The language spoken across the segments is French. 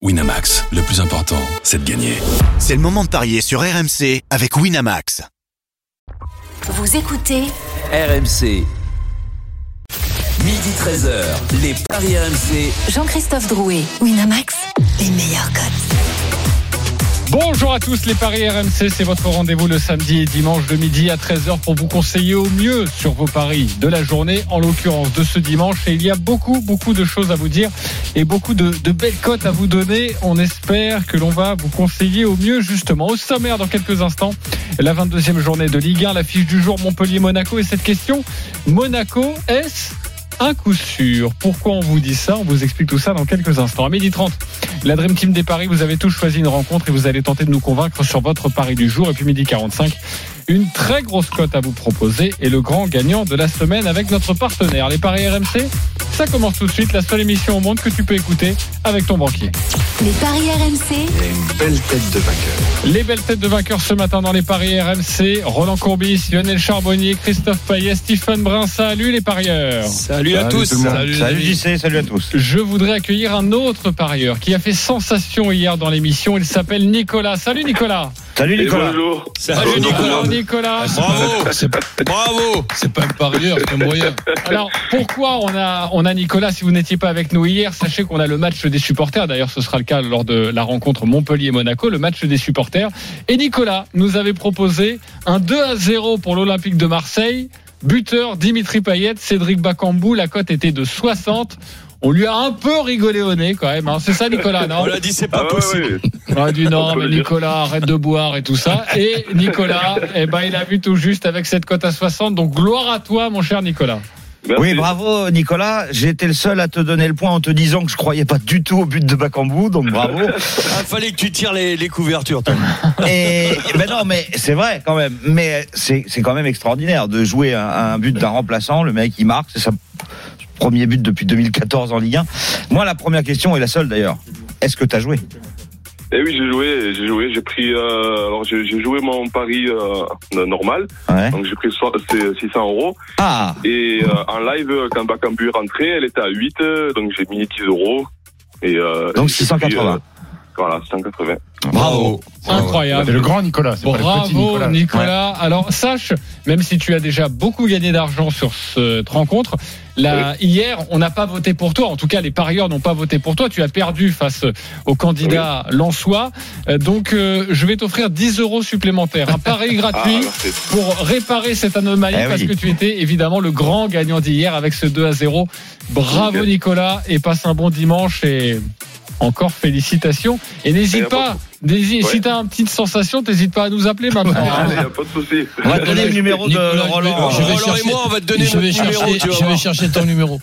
Winamax, le plus important, c'est de gagner. C'est le moment de parier sur RMC avec Winamax. Vous écoutez RMC. Midi 13h, les paris RMC. Jean-Christophe Drouet, Winamax, les meilleurs cotes. Bonjour à tous, les paris RMC, c'est votre rendez-vous le samedi et dimanche de midi à 13h pour vous conseiller au mieux sur vos paris de la journée, en l'occurrence de ce dimanche. Et il y a beaucoup de choses à vous dire et beaucoup de belles cotes à vous donner. On espère que l'on va vous conseiller au mieux justement. Au sommaire dans quelques instants, la 22e journée de Ligue 1, l'affiche du jour Montpellier-Monaco et cette question, Monaco, est-ce un coup sûr? Pourquoi on vous dit ça? On vous explique tout ça dans quelques instants. À 12h30, la Dream Team des paris, vous avez tous choisi une rencontre et vous allez tenter de nous convaincre sur votre pari du jour. Et puis 12h45, une très grosse cote à vous proposer et le grand gagnant de la semaine avec notre partenaire. Les paris RMC, ça commence tout de suite, la seule émission au monde que tu peux écouter avec ton banquier. Les paris RMC. Il y a une belle tête de vainqueur. Les belles têtes de vainqueurs ce matin dans les paris RMC. Roland Courbis, Lionel Charbonnier, Christophe Payet, Stephen Brun. Salut les parieurs. Salut à tous. Salut JC, salut à tous. Je voudrais accueillir un autre parieur qui a fait sensation hier dans l'émission. Il s'appelle Nicolas. Salut Nicolas. Salut Nicolas. Bonjour. Salut Nicolas. Bravo. C'est pas un parieur, c'est un moyen. Alors pourquoi on a Nicolas? Si vous n'étiez pas avec nous hier, sachez qu'on a le match des supporters. D'ailleurs, ce sera le cas lors de la rencontre Montpellier-Monaco, le match des supporters. Et Nicolas nous avait proposé un 2-0 pour l'Olympique de Marseille. Buteur Dimitri Payet, Cédric Bakambu. La cote était de 60. On lui a un peu rigolé au nez quand même, hein. C'est ça Nicolas, non? On l'a dit, c'est pas possible. On a dit non, mais Nicolas, arrête de boire et tout ça. Et Nicolas, il a vu tout juste avec cette cote à 60. Donc gloire à toi, mon cher Nicolas. Merci. Oui, bravo Nicolas. J'ai été le seul à te donner le point en te disant que je croyais pas du tout au but de Bakambu, donc bravo. Fallait que tu tires les couvertures, toi. Et ben non, mais c'est vrai quand même. Mais c'est quand même extraordinaire de jouer un but d'un remplaçant. Le mec il marque, c'est sa premier but depuis 2014 en Ligue 1. Moi, la première question est la seule d'ailleurs. Est-ce que tu as joué? Eh oui, j'ai joué. J'ai pris, j'ai joué mon pari normal. Ouais. Donc j'ai pris 600 €. Ah. Et en live, quand Bakambu est rentré, elle était à 8, donc j'ai mis 10 €. Et donc 680. Voilà, 180. Bravo. Incroyable. C'est le grand Nicolas. C'est bravo pas le petit Nicolas. Nicolas. Ouais. Alors sache, même si tu as déjà beaucoup gagné d'argent sur cette rencontre, hier on n'a pas voté pour toi. En tout cas, les parieurs n'ont pas voté pour toi. Tu as perdu face au candidat lensois. Donc je vais t'offrir 10 € supplémentaires. Un pari gratuit pour réparer cette anomalie parce que tu étais évidemment le grand gagnant d'hier avec ce 2-0. Bravo Nicolas et passe un bon dimanche et encore félicitations. Et n'hésite pas. Si t'as une petite sensation, t'hésites pas à nous appeler maintenant. Il n'y a pas de souci. On va te donner le numéro de Roland. Roland et moi, on va te donner notre numéro. Je vais chercher ton numéro.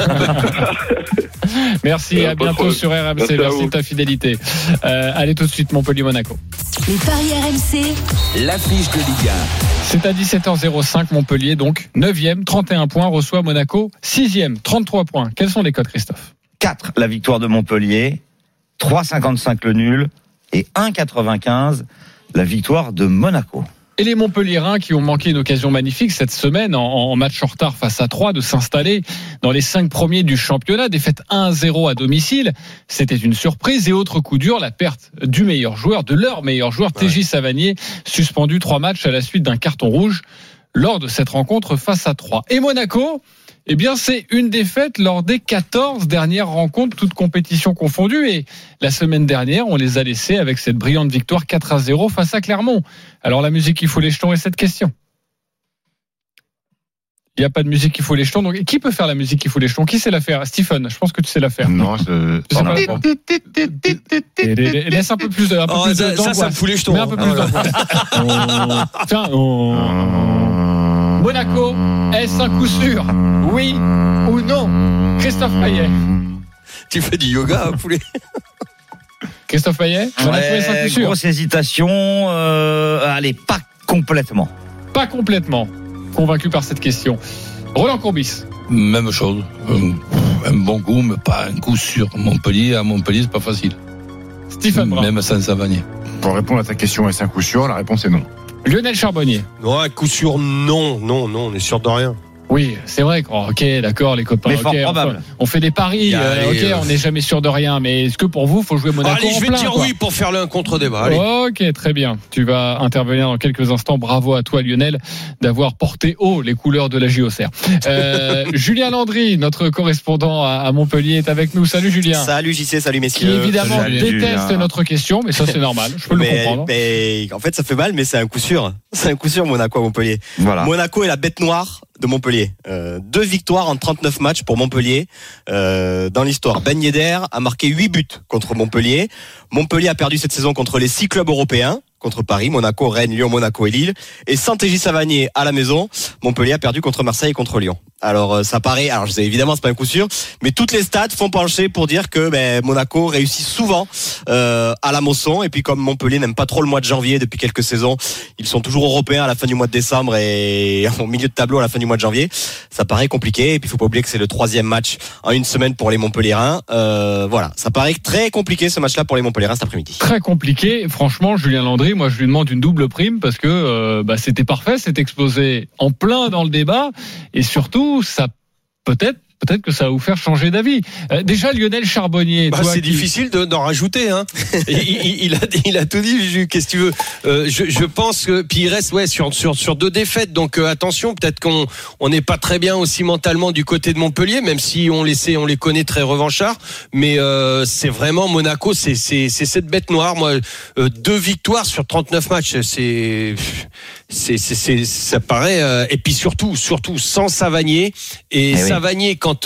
Merci, à bientôt sur RMC. Merci de ta fidélité. Allez tout de suite, Montpellier-Monaco. Les paris RMC. L'affiche de Ligue 1. C'est à 17h05, Montpellier, donc 9e, 31 points, reçoit Monaco, 6e, 33 points. Quels sont les codes, Christophe? 4 la victoire de Montpellier, 3,55 le nul et 1,95 la victoire de Monaco. Et les Montpelliérains qui ont manqué une occasion magnifique cette semaine en match en retard face à 3 de s'installer dans les 5 premiers du championnat, défaite 1-0 à domicile, c'était une surprise. Et autre coup dur, la perte du meilleur joueur, de leur meilleur joueur, TJ Savanier, suspendu 3 matchs à la suite d'un carton rouge lors de cette rencontre face à 3. Et Monaco, eh bien, c'est une défaite lors des 14 dernières rencontres, toutes compétitions confondues. Et la semaine dernière, on les a laissés avec cette brillante victoire 4-0 face à Clermont. Alors, la musique qui fout les jetons est cette question. Il n'y a pas de musique qui fout les jetons. Donc, qui peut faire la musique qui fout les jetons? Qui sait la faire? Stephen, je pense que tu sais la faire. Non, tu sais pas la faire. Laisse un peu plus de d'angoisse. Ça me fout les jetons. Mais un peu plus d'angoisse. Tiens, Monaco, est-ce un coup sûr? Oui ou non? Christophe Payet. Tu fais du yoga, poulet. Christophe Payet, Monaco est un coup sûr. Grosse hésitation. Allez, pas complètement. Pas complètement. Convaincu par cette question. Roland Courbis. Même chose. Un bon coup, mais pas un coup sûr. À Montpellier, c'est pas facile. Stephen Brun. Même sans Savanier. Pour répondre à ta question, est-ce un coup sûr? La réponse est non. Lionel Charbonnier. Non, à coup sûr, non, on est sûr de rien. Oui, c'est vrai. Ok, d'accord, les copains. Mais fort probable. On fait des paris. On n'est jamais sûr de rien. Mais est-ce que pour vous, il faut jouer Monaco Allez, je vais plein, dire oui pour faire un contre-débat. Allez. Ok, très bien. Tu vas intervenir dans quelques instants. Bravo à toi, Lionel, d'avoir porté haut les couleurs de la JOCR. Julien Landry, notre correspondant à Montpellier, est avec nous. Salut Julien. Salut JC, salut messieurs. Qui évidemment déteste Julien. Notre question, mais ça c'est normal. Je peux le comprendre. Mais en fait, ça fait mal, mais c'est un coup sûr. C'est un coup sûr, Monaco à Montpellier. Voilà. Monaco est la bête noire de Montpellier. 2 victoires en 39 matchs pour Montpellier dans l'histoire. Ben Yedder a marqué 8 buts contre Montpellier. Montpellier a perdu cette saison contre les 6 clubs européens, contre Paris, Monaco, Rennes, Lyon, Monaco et Lille. Et sans TJ Savanier à la maison, Montpellier a perdu contre Marseille et contre Lyon. Alors ça paraît, je sais évidemment c'est pas un coup sûr, mais toutes les stats font pencher pour dire que Monaco réussit souvent à la Mosson, et puis comme Montpellier n'aime pas trop le mois de janvier depuis quelques saisons, ils sont toujours européens à la fin du mois de décembre et au milieu de tableau à la fin du mois de janvier. Ça paraît compliqué, et puis il faut pas oublier que c'est le 3e match en une semaine pour les Montpelliérains. Voilà, ça paraît très compliqué ce match-là pour les Montpelliérains cet après-midi. Très compliqué, franchement. Julien Landry, moi je lui demande une double prime parce que c'était parfait, c'est explosé en plein dans le débat, et surtout ça peut-être que ça va vous faire changer d'avis. Déjà Lionel Charbonnier, c'est difficile d'en rajouter, hein. il a tout dit. Qu'est-ce que tu veux? Je pense que puis il reste sur 2 défaites, donc attention, peut-être qu'on n'est pas très bien aussi mentalement du côté de Montpellier, même si on les connaît très revanchards, mais c'est vraiment Monaco, c'est cette bête noire. Moi, 2 victoires sur 39 matchs, ça paraît, et puis surtout sans Savanier, et Savanier quand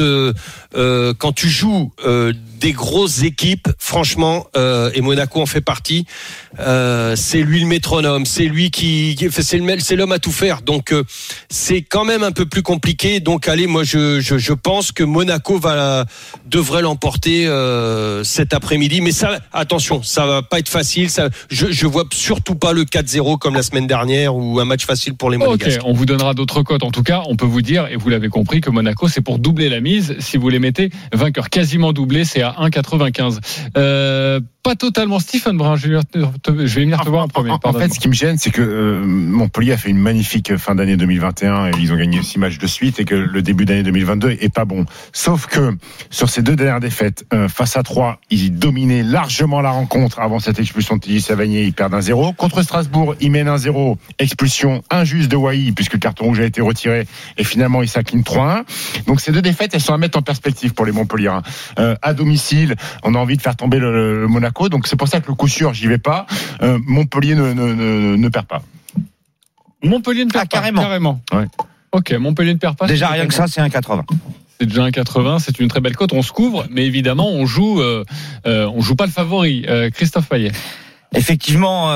tu joues des grosses équipes, franchement, et Monaco en fait partie, c'est lui le métronome, c'est lui c'est l'homme à tout faire, donc c'est quand même un peu plus compliqué. Donc allez, moi je pense que Monaco devrait l'emporter cet après-midi, mais ça, attention, ça va pas être facile. Je vois surtout pas le 4-0 comme la semaine dernière, ou un match facile pour les Monégasques. Ok, on vous donnera d'autres cotes. En tout cas, on peut vous dire, et vous l'avez compris, que Monaco, c'est pour doubler la mise. Si vous les mettez vainqueur quasiment doublé, c'est à 1,95. Pas totalement. Stephen Brun, je vais venir te voir en premier. En fait, ce qui me gêne, c'est que Montpellier a fait une magnifique fin d'année 2021 et ils ont gagné 6 matchs de suite, et que le début d'année 2022 est pas bon. Sauf que sur ces 2 dernières défaites, face à 3, ils dominaient largement la rencontre avant cette expulsion de TJ Savanier. Ils perdent 1-0. Contre Strasbourg, ils mènent 1-0. Expulsion injuste de Wai, puisque le carton rouge a été retiré, et finalement ils s'inclinent 3-1. Donc ces 2 défaites, elles sont à mettre en perspective pour les Montpelliérains. À domicile, on a envie de faire tomber le Monaco, donc c'est pour ça que le coup sûr, j'y vais pas. Montpellier ne perd pas. Montpellier ne perd pas, carrément. Ouais. Ok, Montpellier ne perd pas. Déjà rien que ça, c'est 1,80. C'est déjà 1,80, c'est une très belle cote. On se couvre, mais évidemment, on joue pas le favori. Christophe Payet. Effectivement,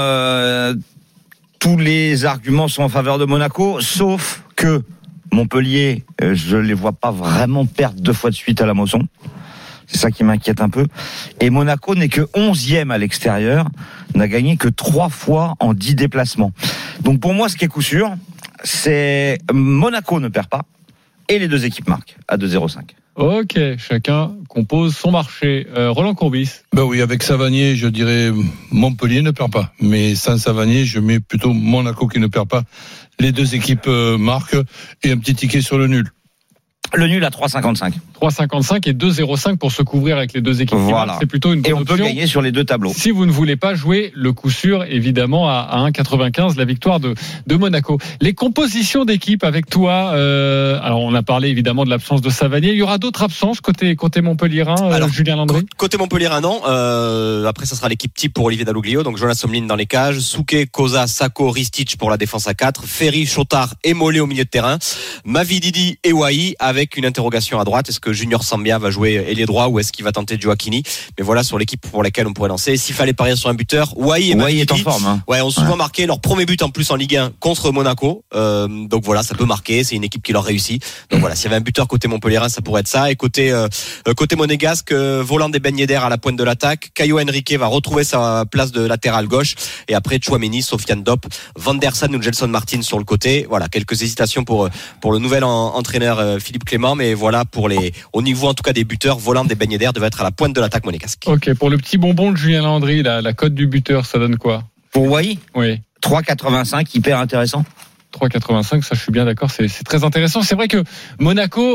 tous les arguments sont en faveur de Monaco, sauf que Montpellier, je les vois pas vraiment perdre 2 fois de suite à la Mosson. C'est ça qui m'inquiète un peu. Et Monaco n'est que 11e à l'extérieur, n'a gagné que 3 fois en 10 déplacements. Donc pour moi, ce qui est coup sûr, c'est Monaco ne perd pas et les 2 équipes marquent à 2,05. Ok, chacun compose son marché. Roland Courbis. Oui, avec Savanier, je dirais Montpellier ne perd pas. Mais sans Savanier, je mets plutôt Monaco qui ne perd pas. Les 2 équipes marquent, et un petit ticket sur le nul. Le nul à 3,55. 3,55 et 2,05 pour se couvrir avec les 2 équipes. Voilà. C'est plutôt une bonne option. Et on peut gagner sur les 2 tableaux. Si vous ne voulez pas jouer le coup sûr, évidemment, à 1,95, la victoire de Monaco. Les compositions d'équipe avec toi, alors on a parlé évidemment de l'absence de Savanier. Il y aura d'autres absences côté Montpelliérain, Julien Landry? Côté Montpelliérain, non. Après, ça sera l'équipe type pour Olivier Dalloglio. Donc Jonas Somlin dans les cages, Souquet, Koza, Sako, Ristic pour la défense à 4, Ferry, Chotard et Mollet au milieu de terrain, Mavididi et Wai avec une interrogation à droite. Est-ce que Junior Sambia va jouer ailier droit ou est-ce qu'il va tenter Gioacchini? Mais voilà, sur l'équipe pour laquelle on pourrait lancer. S'il fallait parier sur un buteur, Wai et Mavididi est en forme, hein. Ont souvent marqué leur premier but en plus en Ligue 1 contre Monaco. Donc voilà, ça peut marquer. C'est une équipe qui leur réussit. Donc voilà, s'il y avait un buteur côté Montpelliérain, ça pourrait être ça. Et côté monégasque, Voland et Ben Yedder à la pointe de l'attaque. Caio Henrique va retrouver sa place de latéral gauche. Et après, Tchouaméni, Sofiane Diop, Van der Sar ou Gelson Martin sur le côté. Voilà, quelques hésitations pour le nouvel entraîneur Philippe Clément. Mais voilà, au niveau en tout cas des buteurs, Voland et Ben Yedder devaient être à la pointe de l'attaque monégasque. Ok, pour le petit bonbon de Julien Landry, la cote du buteur, ça donne quoi? Pour Wai? Oui. 3,85, hyper intéressant. 3,85, ça je suis bien d'accord, c'est très intéressant. C'est vrai que Monaco,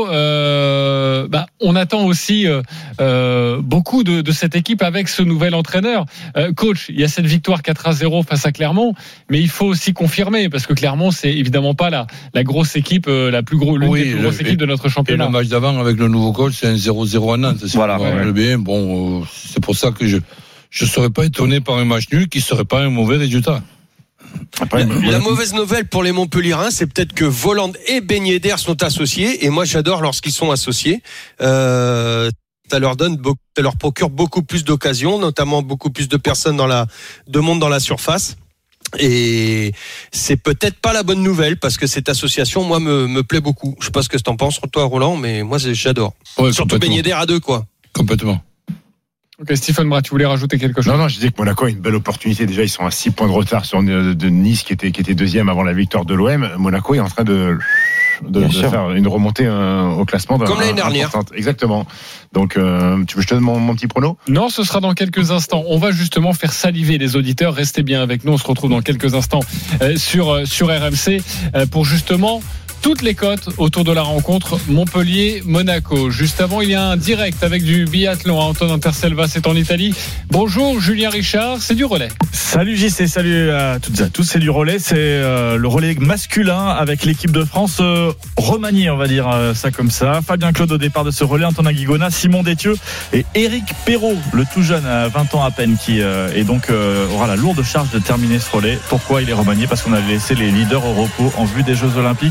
on attend aussi beaucoup de cette équipe avec ce nouvel entraîneur. Coach, il y a cette victoire 4-0 face à Clermont, mais il faut aussi confirmer, parce que Clermont, c'est évidemment pas la grosse équipe, l'une des plus grosses équipes de notre championnat. Et le match d'avant avec le nouveau coach, c'est un 0-0 à Nantes. Voilà. Bien. Bon, c'est pour ça que je serais pas étonné par un match nul qui serait pas un mauvais résultat. La mauvaise nouvelle pour les Montpellierins, c'est peut-être que Voland et Ben Yedder sont associés, et moi j'adore lorsqu'ils sont associés. Ça leur procure beaucoup plus d'occasions, notamment beaucoup plus de personnes de monde dans la surface. Et c'est peut-être pas la bonne nouvelle, parce que cette association, moi, me plaît beaucoup. Je sais pas ce que t'en penses, toi, Roland, mais moi j'adore. Ouais, surtout Ben Yedder à 2, quoi. Complètement. Ok, Stephen Brun, tu voulais rajouter quelque chose? Non, je disais que Monaco a une belle opportunité. Déjà, ils sont à 6 points de retard sur de Nice, qui était deuxième avant la victoire de l'OM. Monaco est en train de faire une remontée au classement. Comme l'année dernière. Exactement. Donc, tu veux que je te donne mon petit prono? Non, ce sera dans quelques instants. On va justement faire saliver les auditeurs. Restez bien avec nous. On se retrouve dans quelques instants sur RMC pour justement toutes les cotes autour de la rencontre Montpellier-Monaco. Juste avant, il y a un direct avec du biathlon. Anton Interselva, c'est en Italie. Bonjour Julien Richard, c'est du relais. Salut JC, salut à toutes et à tous. C'est du relais, c'est le relais masculin avec l'équipe de France remaniée, on va dire ça comme ça. Fabien Claude au départ de ce relais, Antonin Guigona, Simon Détieux et Éric Perrault, le tout jeune à 20 ans à peine, qui est donc aura la lourde charge de terminer ce relais. Pourquoi il est remanié? Parce qu'on avait laissé les leaders au repos en vue des Jeux Olympiques.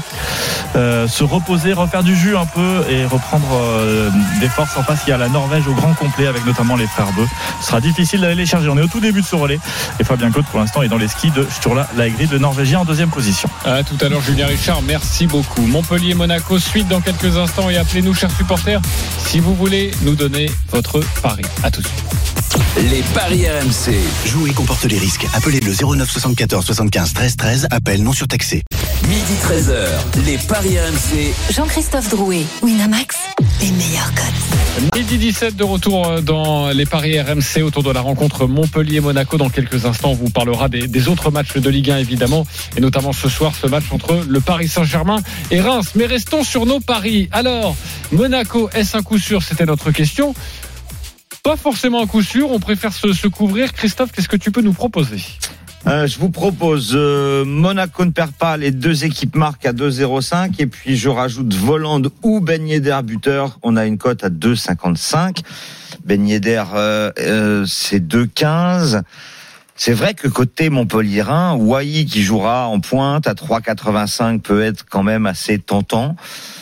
Se reposer, refaire du jus un peu et reprendre des forces. En face, il y a la Norvège au grand complet avec notamment les frères Beu. Ce sera difficile d'aller les charger. On est au tout début de ce relais et Fabien Claude pour l'instant est dans les skis de Sturla Laegrid, le Norvégien en deuxième position. À tout à l'heure Julien Richard, merci beaucoup. Montpellier-Monaco, suite dans quelques instants, et appelez-nous chers supporters si vous voulez nous donner votre pari. À tout de suite. Les paris RMC. Jouer comporte les risques. Appelez le 09 74 75 13 13. Appel non surtaxé. Midi 13h. Les paris RMC. Jean-Christophe Drouet, Winamax, les meilleurs codes. Midi 17 de retour dans les paris RMC autour de la rencontre Montpellier-Monaco. Dans quelques instants, on vous parlera des autres matchs de Ligue 1 évidemment, et notamment ce soir ce match entre le Paris Saint-Germain et Reims. Mais restons sur nos paris. Alors, Monaco, est-ce un coup sûr? C'était notre question. Pas forcément un coup sûr, on préfère se couvrir. Christophe, qu'est-ce que tu peux nous proposer? Je vous propose Monaco ne perd pas, les deux équipes marquent à 2,05, et puis je rajoute Voland ou Ben Yedder buteur. On a une cote à 2,55. Ben Yedder c'est 2,15. C'est vrai que côté Montpellierin, Wai qui jouera en pointe à 3,85 peut être quand même assez tentant.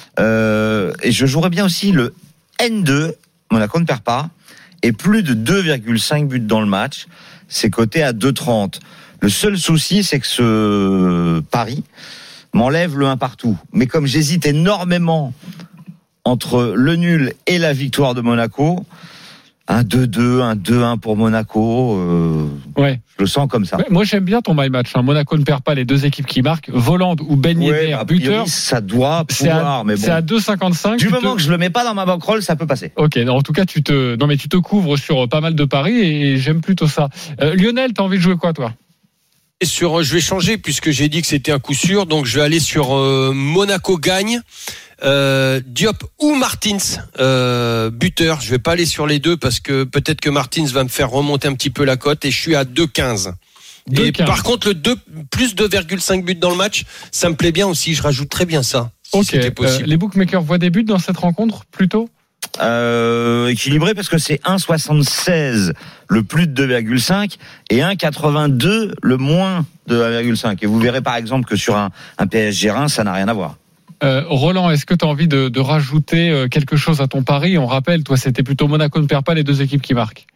Et je jouerais bien aussi le N2. Monaco ne perd pas, et plus de 2,5 buts dans le match. C'est coté à 2,30. Le seul souci, c'est que ce pari m'enlève le 1 partout. Mais comme j'hésite énormément entre le nul et la victoire de Monaco, un 2-2, un 2-1 pour Monaco, ouais. Je le sens comme ça. Moi, j'aime bien ton my match. Monaco ne perd pas, les deux équipes qui marquent. Voland ou Ben Yedder, buteur. Ça doit pouvoir, mais bon. C'est à 2,55. Du moment que je le mets pas dans ma bankroll, ça peut passer. Ok, en tout cas, tu te couvres sur pas mal de paris et j'aime plutôt ça. Lionel, t'as envie de jouer quoi, toi? Je vais changer puisque j'ai dit que c'était un coup sûr, donc je vais aller sur Monaco gagne. Diop ou Martins buteur. Je vais pas aller sur les deux parce que peut-être que Martins va me faire remonter un petit peu la cote, et je suis à 2,15. Et par contre, le 2 plus 2,5 buts dans le match, ça me plaît bien aussi. Je rajoute très bien ça. Si c'était possible. Les bookmakers voient des buts dans cette rencontre plutôt équilibré, parce que c'est 1,76 le plus de 2,5 et 1,82 le moins de 1,5. Et vous verrez par exemple que sur un PSG Reims, ça n'a rien à voir. Roland, est-ce que tu as envie de rajouter quelque chose à ton pari? On rappelle, toi, c'était plutôt Monaco ne perd pas, les deux équipes qui marquent.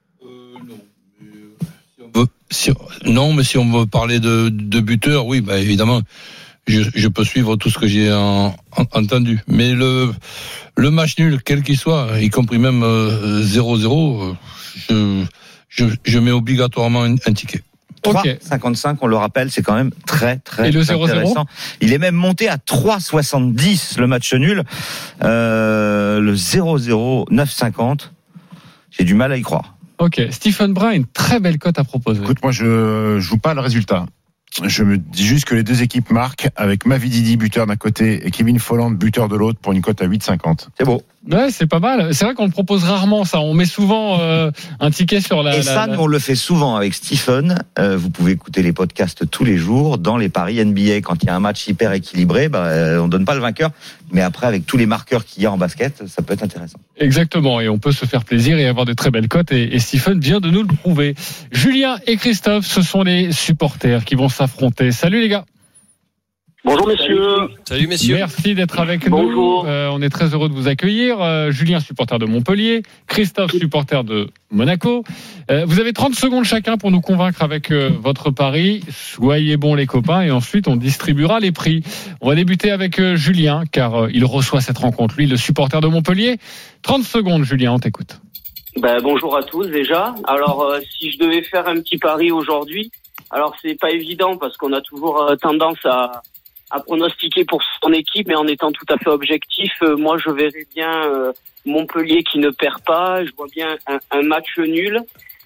Non, mais si on veut parler de buteurs, oui, bah évidemment, je peux suivre tout ce que j'ai entendu. Mais le match nul, quel qu'il soit, y compris même 0-0, je mets obligatoirement un ticket. 3,55, on le rappelle, c'est quand même très et le 0-0 intéressant. Il est même monté à 3,70 le match nul. Le 0-0, 9,50. J'ai du mal à y croire. Ok, Stephen Brun, une très belle cote à proposer. Écoute, moi je joue pas le résultat. Je me dis juste que les deux équipes marquent avec Mavididi, buteur d'un côté, et Kevin Folland, buteur de l'autre, pour une cote à 8,50. C'est beau. Ouais, c'est pas mal. C'est vrai qu'on le propose rarement, ça. On met souvent un ticket sur la... Et ça, nous, on le fait souvent avec Stephen. Vous pouvez écouter les podcasts tous les jours dans les paris NBA. Quand il y a un match hyper équilibré, on donne pas le vainqueur. Mais après, avec tous les marqueurs qu'il y a en basket, ça peut être intéressant. Exactement. Et on peut se faire plaisir et avoir de très belles cotes. Et Stephen vient de nous le prouver. Julien et Christophe, ce sont les supporters qui vont s'affronter. Salut les gars. Bonjour messieurs. Salut messieurs. Merci d'être avec Bonjour. nous. On est très heureux de vous accueillir. Julien, supporter de Montpellier. Christophe, supporter de Monaco. Vous avez 30 secondes chacun pour nous convaincre avec votre pari. Soyez bons les copains et ensuite on distribuera les prix. On va débuter avec Julien car il reçoit cette rencontre. Lui, le supporter de Montpellier. 30 secondes Julien, on t'écoute. Bonjour à tous déjà. Alors si je devais faire un petit pari aujourd'hui, alors c'est pas évident parce qu'on a toujours tendance à pronostiquer pour son équipe, mais en étant tout à fait objectif, moi je verrais bien Montpellier qui ne perd pas, je vois bien un match nul,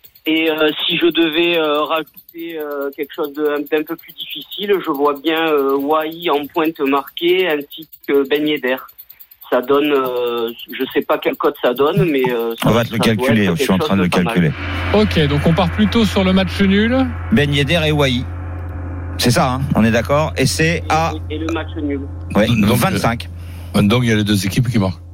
et si je devais rajouter quelque chose d'un peu plus difficile, je vois bien Wai en pointe marquée ainsi que Ben Yedder. Ça donne, je sais pas quelle cote ça donne, mais on va te le calculer, je suis en train de le calculer. Ok, donc on part plutôt sur le match nul. Ben Yedder et Wai. C'est ça, hein, on est d'accord. Et c'est à... Et le match nul. Ouais, donc 25. Donc il y a les deux équipes qui marquent.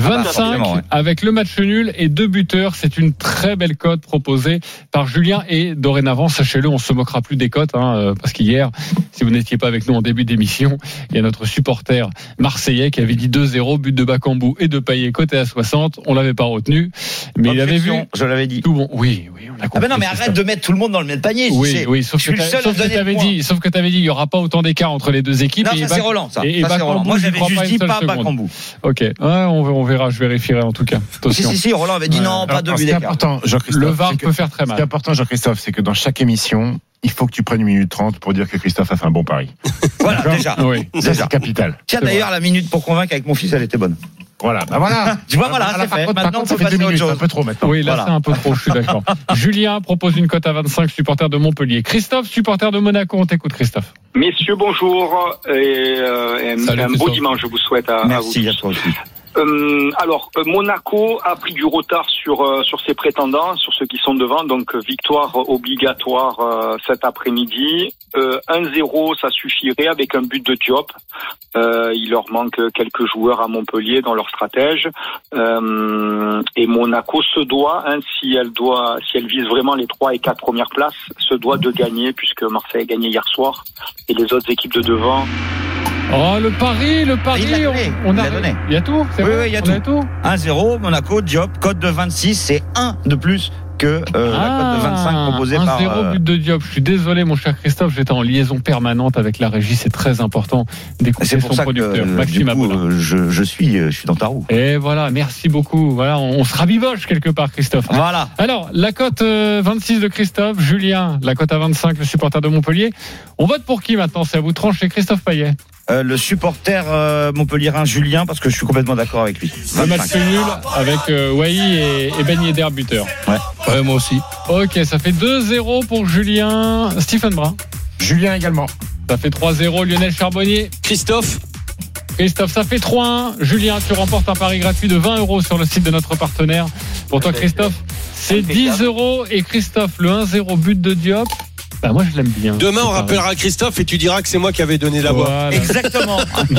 25 avec le match nul et 2 buteurs. C'est une très belle cote proposée par Julien. Et dorénavant, sachez-le, on se moquera plus des cotes, parce qu'hier, si vous n'étiez pas avec nous en début d'émission, il y a notre supporter marseillais qui avait dit 2-0, but de Bakambu et de Payet coté à 60. On l'avait pas retenu, mais Objection, il avait vu. Je l'avais dit. Tout bon. Oui, on a compris. Non, mais arrête de mettre tout le monde dans le même panier. Oui, sauf que t'avais dit, il y aura pas autant d'écart entre les deux équipes. Non, ça c'est Roland, ça. Et Ça, c'est Roland. Moi, j'avais juste dit pas Bakambu. Ok. On verra, je vérifierai en tout cas. Attention. Si, Roland avait dit non, pas de but d'écart. Important, Jean-Christophe. Le VAR peut faire très mal. Ce qui est important, Jean-Christophe, c'est que dans chaque émission, il faut que tu prennes 1 minute 30 pour dire que Christophe a fait un bon pari. Voilà, déjà. Oui. Ça, c'est capital. Tiens, d'ailleurs, la minute pour convaincre avec mon fils, elle était bonne. Voilà. Voilà. Tu vois, voilà, c'est fait. Maintenant, on peut passer à autre chose. Un peu trop maintenant. Oui, là, c'est un peu trop, je suis d'accord. Julien propose une cote à 25, supporter de Montpellier. Christophe, supporter de Monaco. On t'écoute, Christophe. Messieurs, bonjour et un beau dimanche, je vous souhaite à vous. Merci à toi aussi. Alors, Monaco a pris du retard sur ses prétendants, sur ceux qui sont devant, donc victoire obligatoire cet après-midi. 1-0, ça suffirait avec un but de Diop. Il leur manque quelques joueurs à Montpellier dans leur stratège. Et Monaco se doit, si elle vise vraiment les 3 et 4 premières places, se doit de gagner puisque Marseille a gagné hier soir et les autres équipes de devant. Oh, le pari, on a donné. Il y a tout, c'est vrai. Oui, il y a tout. 1-0, Monaco, Diop, cote de 26, c'est 1 de plus que la cote de 25 proposée par... 1-0 but de Diop. Je suis désolé, mon cher Christophe, j'étais en liaison permanente avec la régie, c'est très important d'écouter son producteur, Maxime Abouin. Je suis dans ta roue. Et voilà, merci beaucoup. Voilà, on se rabiboche quelque part, Christophe. Voilà. Alors, la cote 26 de Christophe, Julien, la cote à 25, le supporter de Montpellier. On vote pour qui maintenant? C'est à vous de trancher, Christophe Payet. Le supporter montpelliérain Julien, parce que je suis complètement d'accord avec lui. Le match nul avec Wai et Ben Yedder buteur. Ouais, moi aussi. Ok, ça fait 2-0 pour Julien. Stephen Brun. Julien également. Ça fait 3-0. Lionel Charbonnier. Christophe, ça fait 3-1. Julien, tu remportes un pari gratuit de 20 € sur le site de notre partenaire. Pour toi, Christophe, c'est 10 €. Et Christophe, le 1-0 but de Diop. Moi, je l'aime bien. Demain, on rappellera Christophe et tu diras que c'est moi qui avais donné la voix. Voilà. Exactement.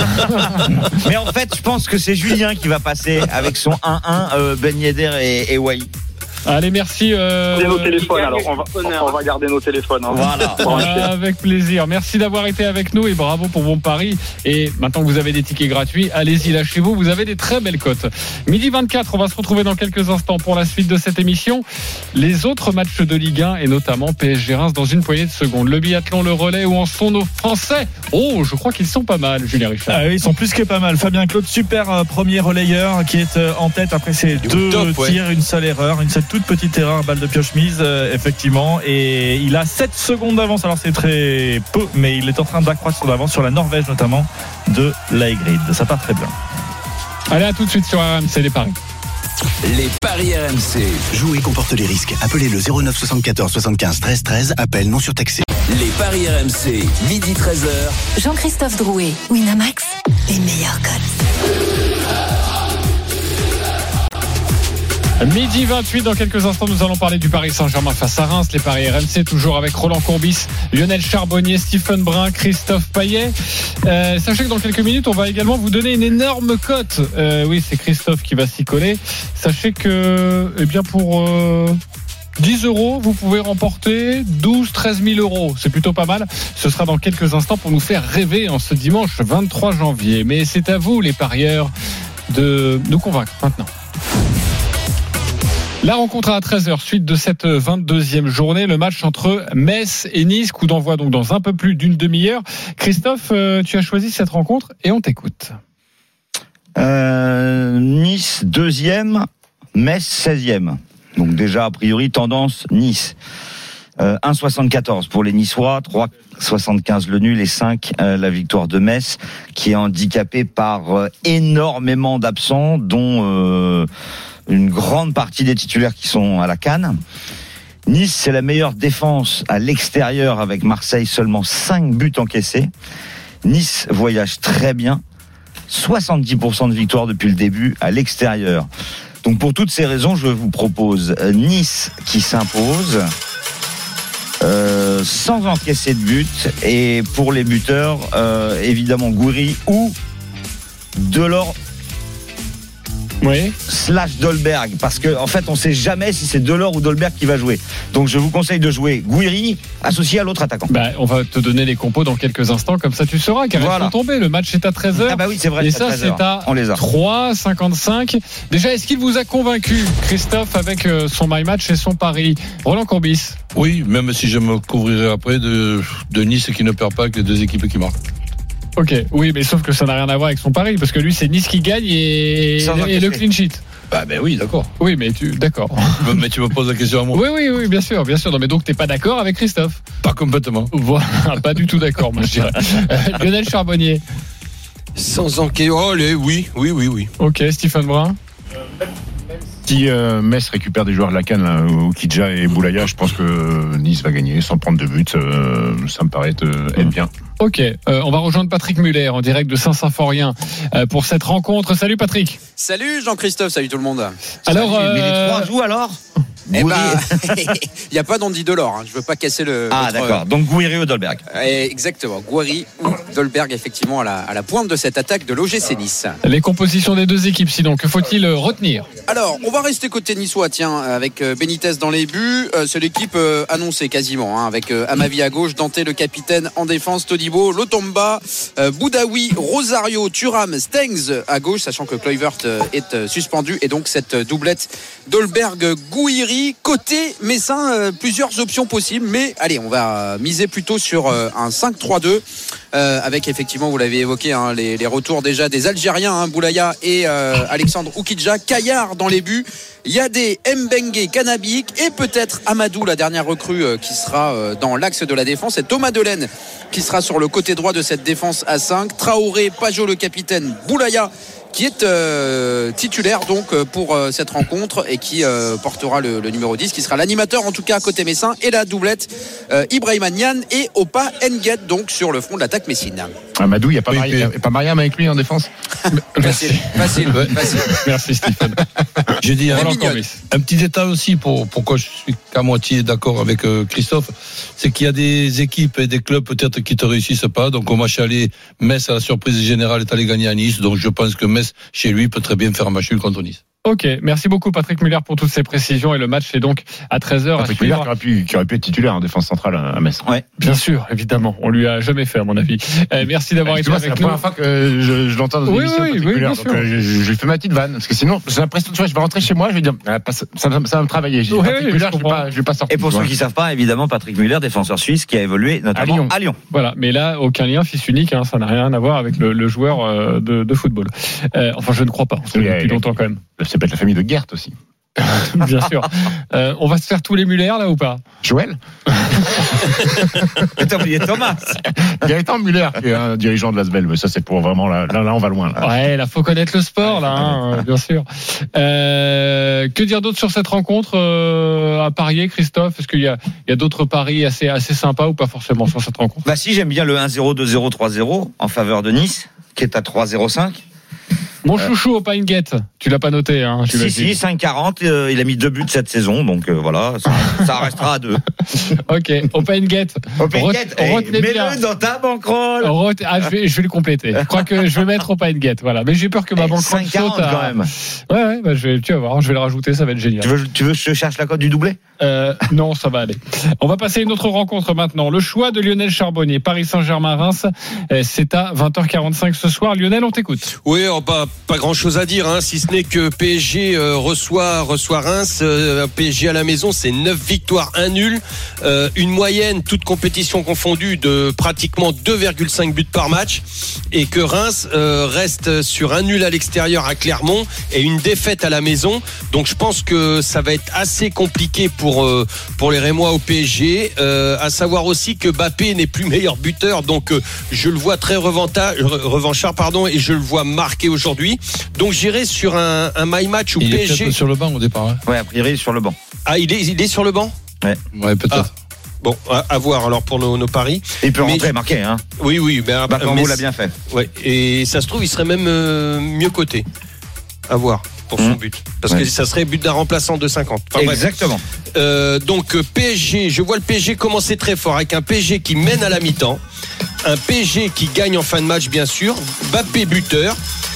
Mais en fait, je pense que c'est Julien qui va passer avec son 1-1, Ben Yedder et Wai. Allez, merci. Nos téléphones, alors on va garder nos téléphones. Voilà. Avec plaisir. Merci d'avoir été avec nous et bravo pour vos paris. Et maintenant que vous avez des tickets gratuits, allez-y, lâchez-vous. Vous avez des très belles cotes. 12h24, on va se retrouver dans quelques instants pour la suite de cette émission. Les autres matchs de Ligue 1 et notamment PSG Reims dans une poignée de secondes. Le biathlon, le relais, où en sont nos Français? Oh, je crois qu'ils sont pas mal, Julien Richard. Ah oui, ils sont plus que pas mal. Fabien Claude, super premier relayeur qui est en tête après ses 2 tirs, une seule erreur, une seule toute petite erreur, balle de pioche mise, effectivement, et il a 7 secondes d'avance, alors c'est très peu, mais il est en train d'accroître son avance sur la Norvège notamment de Laegrid. Ça part très bien. Allez, à tout de suite sur RMC les paris. Les paris RMC. Jouer comporte les risques. Appelez le 09 74 75 13 13. Appel non surtaxé. Les paris RMC, midi 13h. Jean-Christophe Drouet, Winamax, les meilleurs codes. Midi 28, dans quelques instants, nous allons parler du Paris Saint-Germain face à Reims. Les paris RMC, toujours avec Roland Courbis, Lionel Charbonnier, Stephen Brun, Christophe Payet. Sachez que dans quelques minutes, on va également vous donner une énorme cote. Oui, c'est Christophe qui va s'y coller. Sachez que, eh bien, pour 10 €, vous pouvez remporter 12-13 000 €. C'est plutôt pas mal. Ce sera dans quelques instants pour nous faire rêver en ce dimanche 23 janvier. Mais c'est à vous, les parieurs, de nous convaincre maintenant. La rencontre à 13h, suite de cette 22e journée, le match entre Metz et Nice, coup d'envoi donc dans un peu plus d'une demi-heure. Christophe, tu as choisi cette rencontre et on t'écoute. Nice 2e, Metz 16e. Donc déjà, a priori, tendance Nice. 1,74 pour les Niçois, 3,75 le nul et 5 la victoire de Metz, qui est handicapée par énormément d'absents, dont une grande partie des titulaires qui sont à la CAN. Nice, c'est la meilleure défense à l'extérieur avec Marseille, seulement 5 buts encaissés. Nice voyage très bien, 70% de victoire depuis le début à l'extérieur. Donc pour toutes ces raisons, je vous propose Nice qui s'impose sans encaisser de but, et pour les buteurs, évidemment Gouiri ou Delors. Oui. / Dolberg, parce que en fait on sait jamais si c'est Delors ou Dolberg qui va jouer. Donc je vous conseille de jouer Gouiri associé à l'autre attaquant. On va te donner les compos dans quelques instants, comme ça tu sauras car elles sont tombées. Le match est à 13h. Ah bah oui, c'est vrai. Et ça c'est à 3,55. Déjà, est-ce qu'il vous a convaincu, Christophe, avec son My Match et son pari? Roland Courbis. Oui, même si je me couvrirai après de Nice qui ne perd pas avec les deux équipes qui marquent. Ok, oui, mais sauf que ça n'a rien à voir avec son pari, parce que lui, c'est Nice qui gagne et le clean sheet. Ben oui, d'accord. Oui, mais d'accord. Mais tu me poses la question à moi. Oui, bien sûr. Non, mais donc t'es pas d'accord avec Christophe? Pas complètement. Voilà, pas du tout d'accord, moi je dirais. Lionel Charbonnier. Sans enquête. Oh, allez, oui. Ok, Stephen Brun. Si Metz récupère des joueurs de la CAN, là, Oukidja et Boulaya, je pense que Nice va gagner sans prendre de but. Ça me paraît être bien. Ok, on va rejoindre Patrick Muller en direct de Saint-Symphorien pour cette rencontre. Salut Patrick. Salut Jean-Christophe, salut tout le monde. Alors, mais les trois jouent alors? Il n'y a pas d'Andy Delors, hein. Je veux pas casser le. D'accord. Donc Gouiri ou Dolberg. Exactement, Gouiri ou Dolberg, effectivement, à la pointe de cette attaque de l'OGC Nice. Les compositions des deux équipes, sinon, que faut-il retenir? Alors, on va rester côté niçois, tiens, avec Benitez dans les buts. C'est l'équipe annoncée quasiment, hein, avec Amavi à gauche, Dante le capitaine en défense, Todibo, Lotomba, Boudaoui, Rosario, Thuram, Stengs à gauche, sachant que Kluivert est suspendu, et donc cette doublette Dolberg-Gouiri. Côté Messin, plusieurs options possibles, mais allez, on va miser plutôt sur un 5-3-2 avec effectivement, vous l'avez évoqué, hein, les retours déjà des Algériens, hein, Boulaya et Alexandre Oukidja, Caillard dans les buts, Yadé, Mbengue, Kanabik et peut-être Amadou, la dernière recrue qui sera dans l'axe de la défense, et Thomas Delaine qui sera sur le côté droit de cette défense à 5, Traoré, Pajot le capitaine, Boulaya qui est titulaire donc pour cette rencontre et qui portera le numéro 10, qui sera l'animateur en tout cas côté messin, et la doublette Ibrahima Niane et Opa Nguet donc sur le front de l'attaque messine. Amadou, il n'y a pas Mariam avec lui en défense? Facile. Merci Stéphane. J'ai dit un petit détail aussi pourquoi je suis qu'à moitié d'accord avec Christophe, c'est qu'il y a des équipes et des clubs peut-être qui ne réussissent pas. Donc au match aller, Metz à la surprise générale est allé gagner à Nice, donc je pense que Metz chez lui peut très bien faire un match nul contre Nice. Ok, merci beaucoup Patrick Muller pour toutes ces précisions, et le match est donc à 13h. Patrick Muller qui aurait pu être titulaire en défense centrale à Metz. Ouais, bien sûr, évidemment. On lui a jamais fait à mon avis. Merci d'avoir été avec nous. C'est la première fois que je l'entends dans l'émission. Oui, bien sûr. Je lui fais ma petite vanne, parce que sinon j'ai l'impression, tu vois, je vais rentrer chez moi, je vais dire ça va me travailler. Patrick Muller, je vais pas sortir. Et pour ceux qui savent pas, évidemment, Patrick Muller, défenseur suisse qui a évolué notamment à Lyon. Voilà, mais là aucun lien, fils unique, hein, ça n'a rien à voir avec le joueur de football. Enfin, je ne crois pas. Depuis longtemps quand même. C'est peut-être la famille de Gert aussi. Bien sûr. On va se faire tous les Muller là ou pas? Joël. T'as oublié Thomas. Gaëtan Muller, qui est un dirigeant de l'Asvel, mais ça c'est pour vraiment là on va loin. Là. Ouais, là faut connaître le sport là, bien sûr. Que dire d'autre sur cette rencontre à parier, Christophe? Est-ce qu'il y a d'autres paris assez sympas ou pas forcément sur cette rencontre? Bah si, j'aime bien le 1-0, 2-0, 3-0 en faveur de Nice, qui est à 3-0-5. Mon chouchou au Pinegate, tu l'as pas noté, hein? Si, 5,40. Il a mis 2 buts cette saison, donc voilà, ça restera à 2. Ok, au Pinegate. Mets-le dans ta bankroll. Je vais le compléter. Je crois que je vais mettre au Pinegate, voilà. Mais j'ai peur que ma bankroll saute à... quand même. Ouais, bah tu vas voir, je vais le rajouter, ça va être génial. Tu veux que je cherche la cote du doublé? Non, ça va aller. On va passer à une autre rencontre maintenant. Le choix de Lionel Charbonnier, Paris Saint-Germain-Reims, c'est à 20h45 ce soir. Lionel, on t'écoute. Oui, pas grand chose à dire, si ce n'est que PSG reçoit Reims. PSG à la maison, c'est 9 victoires, 1 nul, une moyenne, toute compétition confondue, de pratiquement 2,5 buts par match, et que Reims reste sur un nul à l'extérieur à Clermont et une défaite à la maison. Donc je pense que ça va être assez compliqué pour les Rémois au PSG. À savoir aussi que Mbappé n'est plus meilleur buteur, donc je le vois très revanchard, et je le vois marqué aujourd'hui. Donc j'irai sur un my match où il PSG. Il est peut-être sur le banc au départ. Hein. Ouais, a priori sur le banc. Ah, il est sur le banc. Ouais, peut-être. Bon, à voir alors pour nos paris. Et il peut rentrer marqué, hein. Oui, mais Bakambu l'a bien fait. Ouais, et ça se trouve, il serait même mieux coté. À voir pour son but, parce que ça serait but d'un remplaçant de 50. Enfin, exactement. Donc PSG, je vois le PSG commencer très fort avec un PSG qui mène à la mi-temps, un PSG qui gagne en fin de match bien sûr, Mbappé buteur.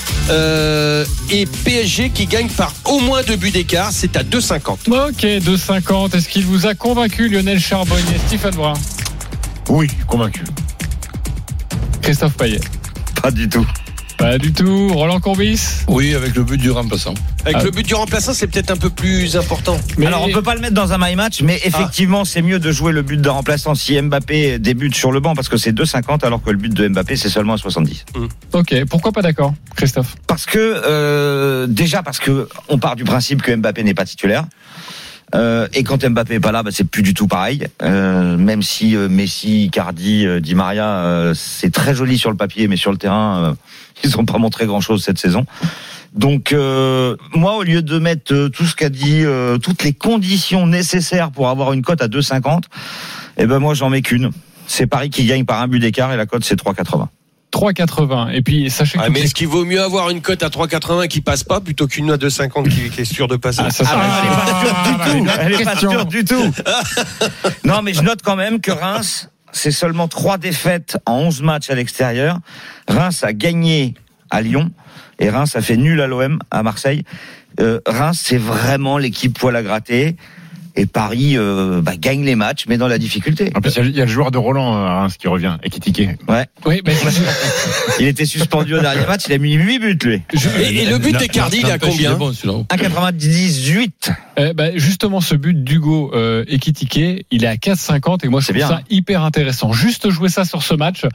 Et PSG qui gagne par au moins 2 buts d'écart, c'est à 2,50. Ok, 2,50. Est-ce qu'il vous a convaincu, Lionel Charbonnier? Stéphane Brun? Oui, convaincu. Christophe Payet? Pas du tout. Pas du tout. Roland Courbis? Oui, avec le but du remplaçant. Avec le but du remplaçant, c'est peut-être un peu plus important. Mais alors, on peut pas le mettre dans un my match, mais effectivement, c'est mieux de jouer le but d'un remplaçant si Mbappé débute sur le banc, parce que c'est 2,50, alors que le but de Mbappé, c'est seulement à 70. Ok, pourquoi pas d'accord, Christophe? Parce que, déjà, parce que on part du principe que Mbappé n'est pas titulaire. Et quand Mbappé est pas là, c'est plus du tout pareil. Même si Messi, Icardi, Di Maria, c'est très joli sur le papier, mais sur le terrain, ils n'ont pas montré grand-chose cette saison. Donc moi, au lieu de mettre tout ce qu'a dit, toutes les conditions nécessaires pour avoir une cote à 2,50, moi j'en mets qu'une. C'est Paris qui gagne par un but d'écart et la cote c'est 3,80. 3,80. Et puis sachez que mais est-ce qu'il vaut mieux avoir une cote à 3,80 qui passe pas plutôt qu'une à 2,50 qui est sûre de passer? Elle est pas sûre du tout. Non, mais je note quand même que Reims, c'est seulement 3 défaites en 11 matchs à l'extérieur. Reims a gagné à Lyon et Reims a fait nul à l'OM à Marseille. Reims, c'est vraiment l'équipe poil à gratter. Et Paris gagne les matchs, mais dans la difficulté. En plus, il y a le joueur de Roland à Reims qui revient et qui tiquait. Ouais. Oui, mais il était suspendu au dernier match, il a mis 8 buts, lui. Et le but d'Icardi, il a combien? 1,98. Justement, ce but d'Hugo Ekitike, il est à 4,50 et moi je trouve ça hyper intéressant. Juste jouer ça sur ce match,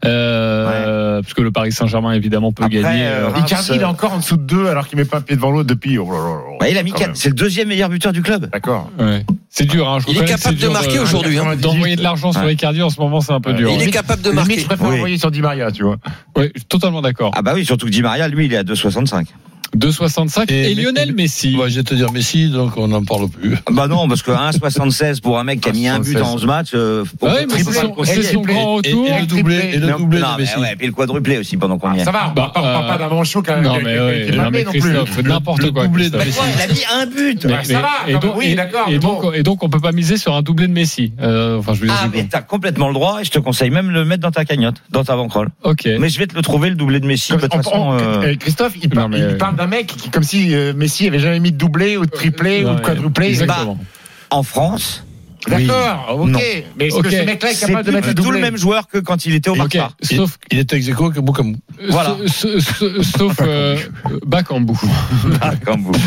parce que le Paris Saint-Germain évidemment peut gagner. Icardi, il est encore en dessous de 2 alors qu'il met pas un pied devant l'autre depuis. Il a mis 4. C'est le 2e meilleur buteur du club. D'accord. Ouais. C'est dur, hein. Il est capable de marquer aujourd'hui. D'envoyer de l'argent sur Icardi en ce moment, c'est un peu dur. Il est capable de marquer. Je préfère envoyer sur Di Maria, tu vois. Oui, totalement d'accord. Ah bah oui, surtout que Di Maria, lui, il est à 2,65. 2,65 et Lionel Messi. Je vais te dire Messi, donc on n'en parle plus. Bah non, parce que 1,76 pour un mec qui a mis un but en 11 matchs, c'est son grand retour. Et le doublé de Messi. Et puis le quadruplé aussi pendant qu'on y est. Ça va, on parle pas d'un manchot quand même. Non mais Christophe, n'importe quoi. Doublé de Messi. Il a mis un but. Ça va, oui, d'accord. Et donc on peut pas miser sur un doublé de Messi. Mais t'as complètement le droit et je te conseille même de le mettre dans ta cagnotte, dans ta bankroll. Ok. Mais je vais te le trouver, le doublé de Messi. De toute façon, Christophe, il parle d'un mec qui, comme si Messi avait jamais mis de doublé ou de triplé ou de quadruplé. Exactement. En France. D'accord, ok. Non. Mais est-ce que ce mec-là est capable de mettre le doublé? C'est tout le même joueur que quand il était au Barça. Sauf il était ex aequo que Bakambu. Voilà. Sauf Bakambu.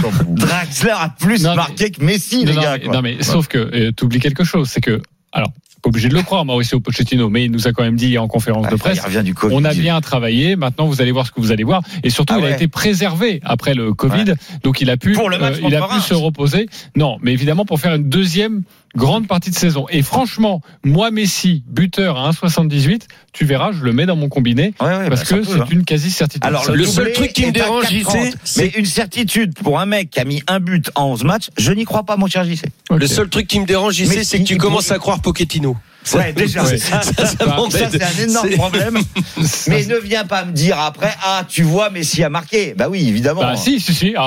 Draxler a plus marqué que Messi, les gars. Non mais sauf que t'oublies quelque chose, c'est que alors Pas obligé de le croire, Mauricio Pochettino, mais il nous a quand même dit en conférence de presse, on a bien travaillé, maintenant vous allez voir ce que vous allez voir, et surtout il a été préservé après le Covid, donc il a pu se reposer. Non, mais évidemment pour faire une deuxième grande partie de saison. Et franchement, moi Messi, buteur à 1,78, tu verras, je le mets dans mon combiné, parce que c'est une quasi-certitude. Alors le seul truc qui me dérange, JC, c'est une certitude pour un mec qui a mis un but en 11 matchs, je n'y crois pas, mon cher JC. Le seul truc qui me dérange, JC, c'est que tu commences à croire Pochettino. Ouais, déjà, ça c'est un énorme problème. Mais ne viens pas me dire après, tu vois, Messi a marqué. Bah oui, évidemment. Bah si.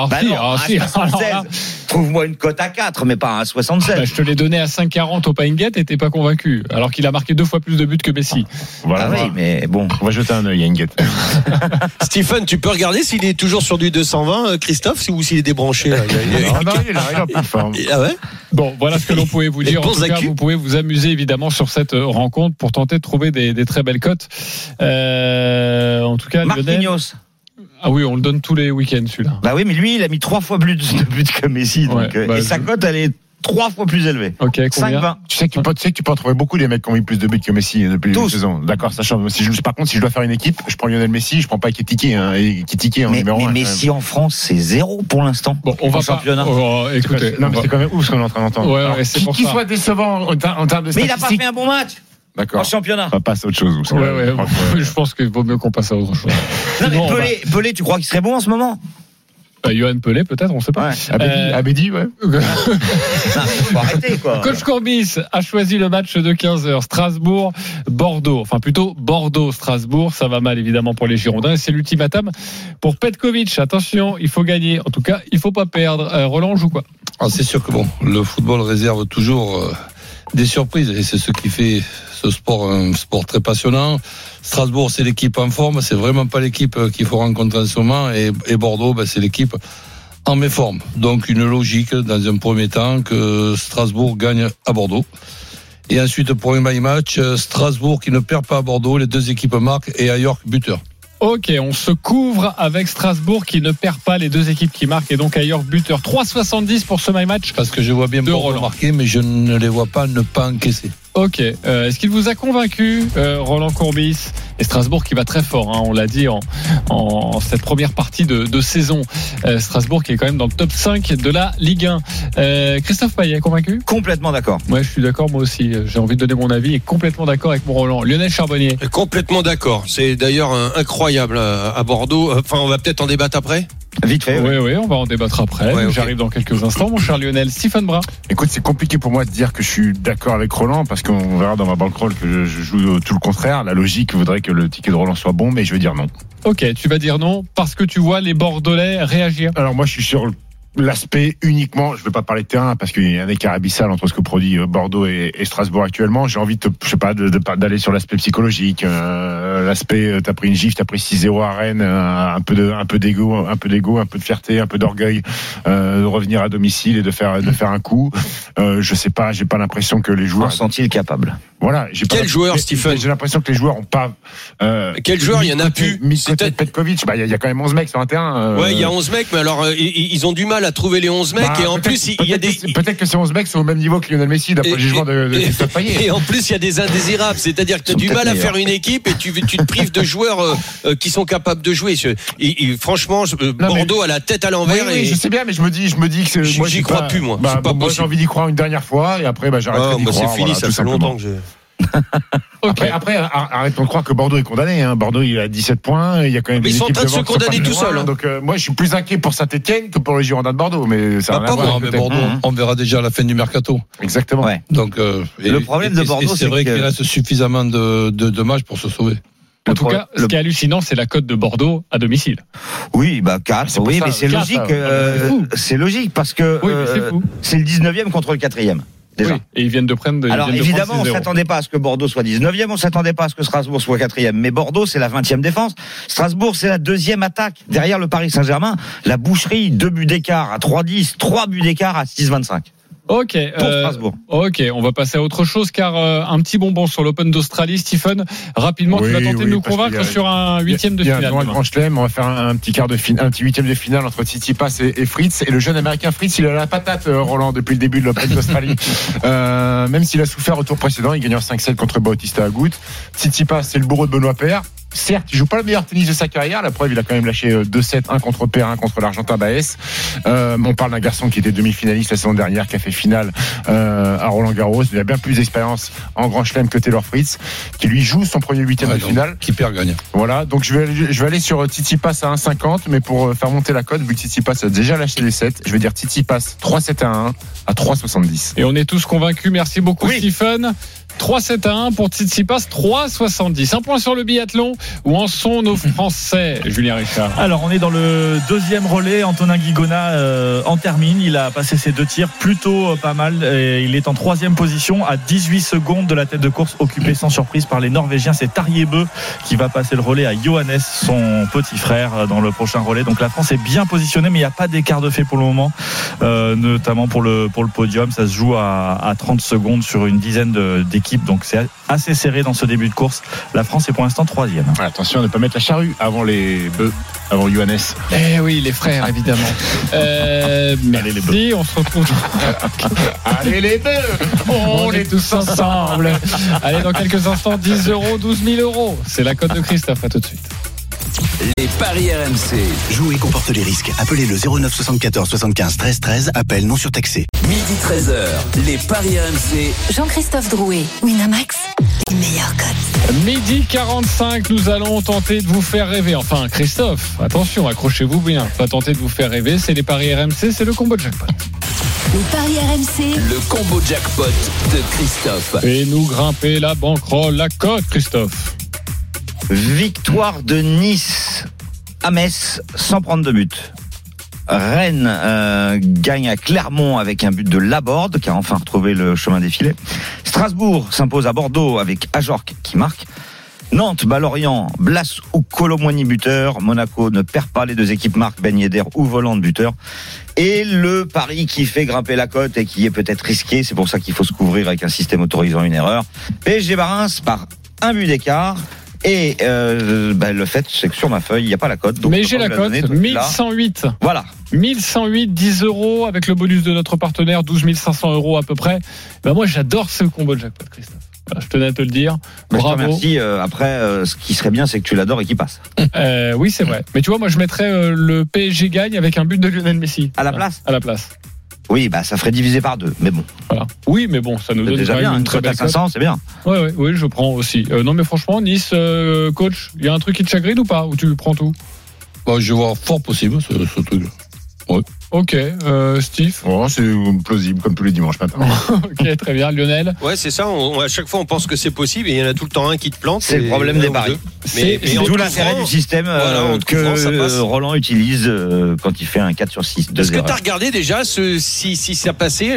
Trouve-moi une cote à 4, mais pas à 76. Bah, je te l'ai donné à 5,40 au Pine Gate et t'es pas convaincu. Alors qu'il a marqué 2 fois plus de buts que Messi. Voilà, oui, mais bon. On va jeter un œil à Inget. Stephen, tu peux regarder s'il est toujours sur du 220, Christophe, ou s'il est débranché, là. Il a plus forme. Ah ouais? Bon, voilà ce que l'on pouvait vous dire. En tout cas, vous pouvez vous amuser évidemment sur cette rencontre pour tenter de trouver des très belles cotes. En tout cas, Marquinhos. Ah oui, on le donne tous les week-ends celui-là. Bah oui, mais lui, il a mis 3 fois plus de buts que Messi, donc, et sa cote, elle est 3 fois plus élevée. Ok, combien? 5,20. Tu sais que tu peux en trouver beaucoup des mecs qui ont mis plus de buts que Messi depuis la saison. D'accord, ça change. Par contre, si je dois faire une équipe, je prends Lionel Messi, je prends pas Ekitike en numéro 1. Mais Messi en France, c'est 0 pour l'instant. Bon, on va championnat. Écoutez, non, mais c'est quand même ouf ce qu'on est en train d'entendre. Ouais, c'est pour ça. Qu'il soit décevant en termes de statistiques. Mais il a pas fait un bon match. D'accord. En championnat. On passe à autre chose. Je pense qu'il vaut mieux qu'on passe à autre chose. Non, mais Pelé, tu crois qu'il serait bon en ce moment? Johan Pelé, peut-être, on ne sait pas. Abedi, ouais. Non, faut arrêter, quoi. Coach Courbis a choisi le match de 15h. Strasbourg-Bordeaux. Enfin, plutôt Bordeaux-Strasbourg. Ça va mal, évidemment, pour les Girondins. Et c'est l'ultimatum pour Petkovic. Attention, il faut gagner. En tout cas, il ne faut pas perdre. Roland, on joue quoi? C'est sûr que le football réserve toujours des surprises. Et c'est ce qui fait ce sport un sport très passionnant. Strasbourg, c'est l'équipe en forme, c'est vraiment pas l'équipe qu'il faut rencontrer en ce moment, et Bordeaux, c'est l'équipe en méforme. Donc une logique dans un premier temps que Strasbourg gagne à Bordeaux. Et ensuite pour un my match, Strasbourg qui ne perd pas à Bordeaux, les deux équipes marquent, et à York buteur. Ok, on se couvre avec Strasbourg qui ne perd pas, les deux équipes qui marquent, et donc à York buteur. 3,70 pour ce my match. Parce que je vois bien Bordeaux marquer, mais je ne les vois pas ne pas encaisser. Ok, est-ce qu'il vous a convaincu, Roland Courbis? Et Strasbourg qui va très fort, on l'a dit en cette première partie de saison. Strasbourg qui est quand même dans le top 5 de la Ligue 1. Christophe Payet, convaincu? Complètement d'accord. Ouais, je suis d'accord, moi aussi. J'ai envie de donner mon avis et complètement d'accord avec mon Roland. Lionel Charbonnier? Complètement d'accord. C'est d'ailleurs incroyable à Bordeaux. Enfin, on va peut-être en débattre après. Vite fait. Oui, on va en débattre après. Okay. J'arrive dans quelques instants, mon cher Lionel. Stephen Brun. Écoute, c'est compliqué pour moi de dire que je suis d'accord avec Roland parce qu'on verra dans ma bankroll que je joue tout le contraire. La logique voudrait que le ticket de Roland soit bon, mais je vais dire non. Ok, tu vas dire non parce que tu vois les Bordelais réagir. Alors moi, je suis sur l'aspect uniquement, je ne vais pas parler de terrain parce qu'il y a un écart abyssal entre ce que produit Bordeaux et Strasbourg actuellement. J'ai envie d'aller sur l'aspect psychologique, l'aspect t'as pris une gifle, t'as pris 6-0 à Rennes, un peu d'ego, un peu de fierté, un peu d'orgueil, de revenir à domicile et de faire un coup. Je sais pas, j'ai pas l'impression que les joueurs sont-ils capables. Voilà, quel joueur, Stephen? J'ai l'impression que les joueurs ont pas quel joueur? Il y en a plus. Peut-être Petkovic, il y a quand même 11 mecs sur un terrain. Ouais, il y a 11 mecs, mais alors ils ont du mal à trouver les 11 mecs, et en plus il y a des peut-être que ces 11 mecs sont au même niveau que Lionel Messi d'après le jugement de Christophe Payet. Et en plus il y a des indésirables, c'est-à-dire que tu as du mal à faire une équipe et tu te prives de joueurs qui sont capables de jouer. Franchement, Bordeaux a la tête à l'envers. Oui, je sais bien, mais je me dis que moi j'y crois plus, moi. Moi j'ai envie d'y croire une dernière fois et après j'arrête d'y croire. C'est fini, ça fait longtemps que j'ai. Après, arrêtons de croire que Bordeaux est condamné. Bordeaux, il a 17 points. Il y a quand même. Mais ils sont en train de se condamner tout seuls. Donc, moi, je suis plus inquiet pour Saint-Etienne que pour les Girondins de Bordeaux. Mais ça pas moi, mais Bordeaux, on verra déjà à la fin du mercato. Exactement. Ouais. Donc, le problème de Bordeaux, c'est vrai qu'il reste suffisamment de matchs pour se sauver. En tout cas, ce qui est hallucinant, c'est la cote de Bordeaux à domicile. Oui, 4. Oui, mais c'est logique. C'est logique parce que c'est le 19e contre le 4e. Déjà. Oui, et ils viennent de prendre. Alors évidemment, on ne s'attendait pas à ce que Bordeaux soit 19e, on ne s'attendait pas à ce que Strasbourg soit 4e. Mais Bordeaux, c'est la 20e défense. Strasbourg, c'est la 2e attaque. Derrière le Paris Saint-Germain, la boucherie, 2 buts d'écart à 3-10, 3 buts d'écart à 6-25. Ok. Pour Strasbourg. Ok, on va passer à autre chose car un petit bonbon sur l'Open d'Australie. Stephen, rapidement, tu vas tenter de nous convaincre sur un huitième de finale. Il y a un grand chelem. On va faire un petit huitième de finale entre Tsitsipas et Fritz. Et le jeune américain Fritz, il a la patate, Roland, depuis le début de l'Open d'Australie. Même s'il a souffert au tour précédent, il gagne en 5-7 contre Bautista Agut. Tsitsipas, c'est le bourreau de Benoît Paire. Certes, il joue pas le meilleur tennis de sa carrière. La preuve, il a quand même lâché 2-7, 1 contre Paire, 1 contre l'Argentin Baez. On parle d'un garçon qui était demi-finaliste la saison dernière, qui a fait finale à Roland-Garros. Il a bien plus d'expérience en Grand Chelem que Taylor Fritz, qui lui joue son premier huitième de finale. Qui perd gagne. Voilà, donc je vais aller sur Tsitsipas à 1,50, mais pour faire monter la cote, vu que Tsitsipas a déjà lâché les 7, je vais dire Tsitsipas 3-7 à 1 à 3,70. Et on est tous convaincus. Merci beaucoup, Stephen. 3-7 à 1 pour Tsitsipas, 3,70. Un point sur le biathlon. Où en sont nos Français, Julien Richard? Alors, on est dans le deuxième relais. Antonin Guigona en termine. Il a passé ses 2 tirs plutôt pas mal. Et il est en 3e position à 18 secondes de la tête de course, occupée sans surprise par les Norvégiens. C'est Tarjei Bø qui va passer le relais à Johannes, son petit frère, dans le prochain relais. Donc la France est bien positionnée, mais il n'y a pas d'écart de fait pour le moment, notamment pour le podium. Ça se joue à 30 secondes sur une dizaine d'équipes. Donc c'est assez serré dans ce début de course. La France est pour l'instant 3e. Attention à ne pas mettre la charrue avant les bœufs, avant Johannes. Eh oui, les frères, évidemment. Merci, les bœufs. On se retrouve. Allez les bœufs, on est tous ensemble. Allez, dans quelques instants, 10 €, 12 000 €. C'est la cote de Christophe. À tout de suite. Les paris RMC. Jouer comporte les risques. Appelez le 09 74 75 13 13. Appel non surtaxé. Midi 13h. Les paris RMC. Jean-Christophe Drouet, Winamax, les meilleurs cotes. Midi 45, nous allons tenter de vous faire rêver. Enfin, Christophe, attention, accrochez-vous bien. Pas tenter de vous faire rêver, c'est les paris RMC, c'est le combo jackpot. Les paris RMC. Le combo jackpot de Christophe. Et nous grimper la banquerolle, la cote, Christophe. Victoire de Nice à Metz sans prendre de but. Rennes gagne à Clermont avec un but de Laborde qui a enfin retrouvé le chemin des filets. Strasbourg s'impose à Bordeaux avec Ajorc qui marque. Nantes bat Lorient, Blas ou Colomboigny buteur. Monaco ne perd pas, les deux équipes marquent, Ben Yedder ou Voland buteur. Et le pari qui fait grimper la cote et qui est peut-être risqué, c'est pour ça qu'il faut se couvrir avec un système autorisant une erreur. PSG Reims par un but d'écart. Et le fait, c'est que sur ma feuille, il n'y a pas la cote. Mais j'ai la cote, 1108. Voilà. 1108, 10 € avec le bonus de notre partenaire, 12 500 € à peu près. Moi, j'adore ce combo de jackpot, Christophe. Je tenais à te le dire. Bravo. Merci. Après, ce qui serait bien, c'est que tu l'adores et qu'il passe. Oui, c'est vrai. Mais tu vois, moi, je mettrais le PSG gagne avec un but de Lionel Messi. À la place? À la place. Oui, ça ferait diviser par 2, mais bon. Voilà. Oui, mais bon, ça nous donne déjà bien, une cote à 500, c'est bien. Oui, je prends aussi. Non, mais franchement, Nice, coach, il y a un truc qui te chagrine ou pas? Ou tu prends tout? Je vois fort possible ce truc-là. Ouais. Ok, Steve. C'est plausible comme tous les dimanches matin. Ok, très bien, Lionel. Ouais, c'est ça. À chaque fois, on pense que c'est possible et il y en a tout le temps un qui te plante. C'est le problème des paris. Mais d'où l'intérêt du système que Roland utilise quand il fait un 4 sur 6. Est-ce que tu as regardé déjà si ça passait